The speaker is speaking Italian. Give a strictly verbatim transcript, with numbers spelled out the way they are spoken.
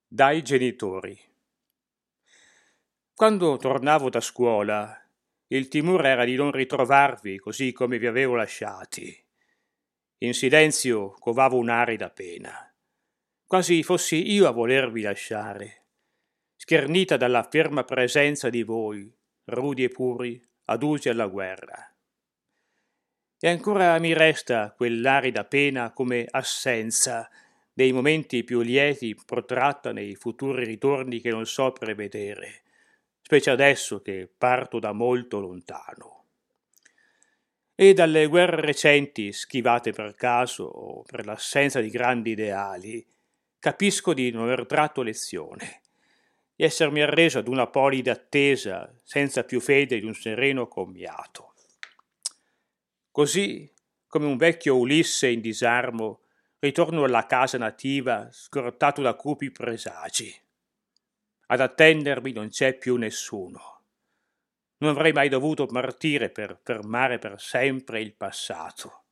Dai genitori. Quando tornavo da scuola, il timore era di non ritrovarvi così come vi avevo lasciati. In silenzio covavo un'arida pena, quasi fossi io a volervi lasciare, schernita dalla ferma presenza di voi, rudi e puri, adusi alla guerra. E ancora mi resta quell'arida pena come assenza dei momenti più lieti protratta nei futuri ritorni che non so prevedere, specie adesso che parto da molto lontano. E dalle guerre recenti, schivate per caso o per l'assenza di grandi ideali, capisco di non aver tratto lezione, di essermi arreso ad una polide attesa senza più fede di un sereno commiato. Così, come un vecchio Ulisse in disarmo, ritorno alla casa nativa scortato da cupi presagi. Ad attendermi non c'è più nessuno. Non avrei mai dovuto partire per fermare per sempre il passato.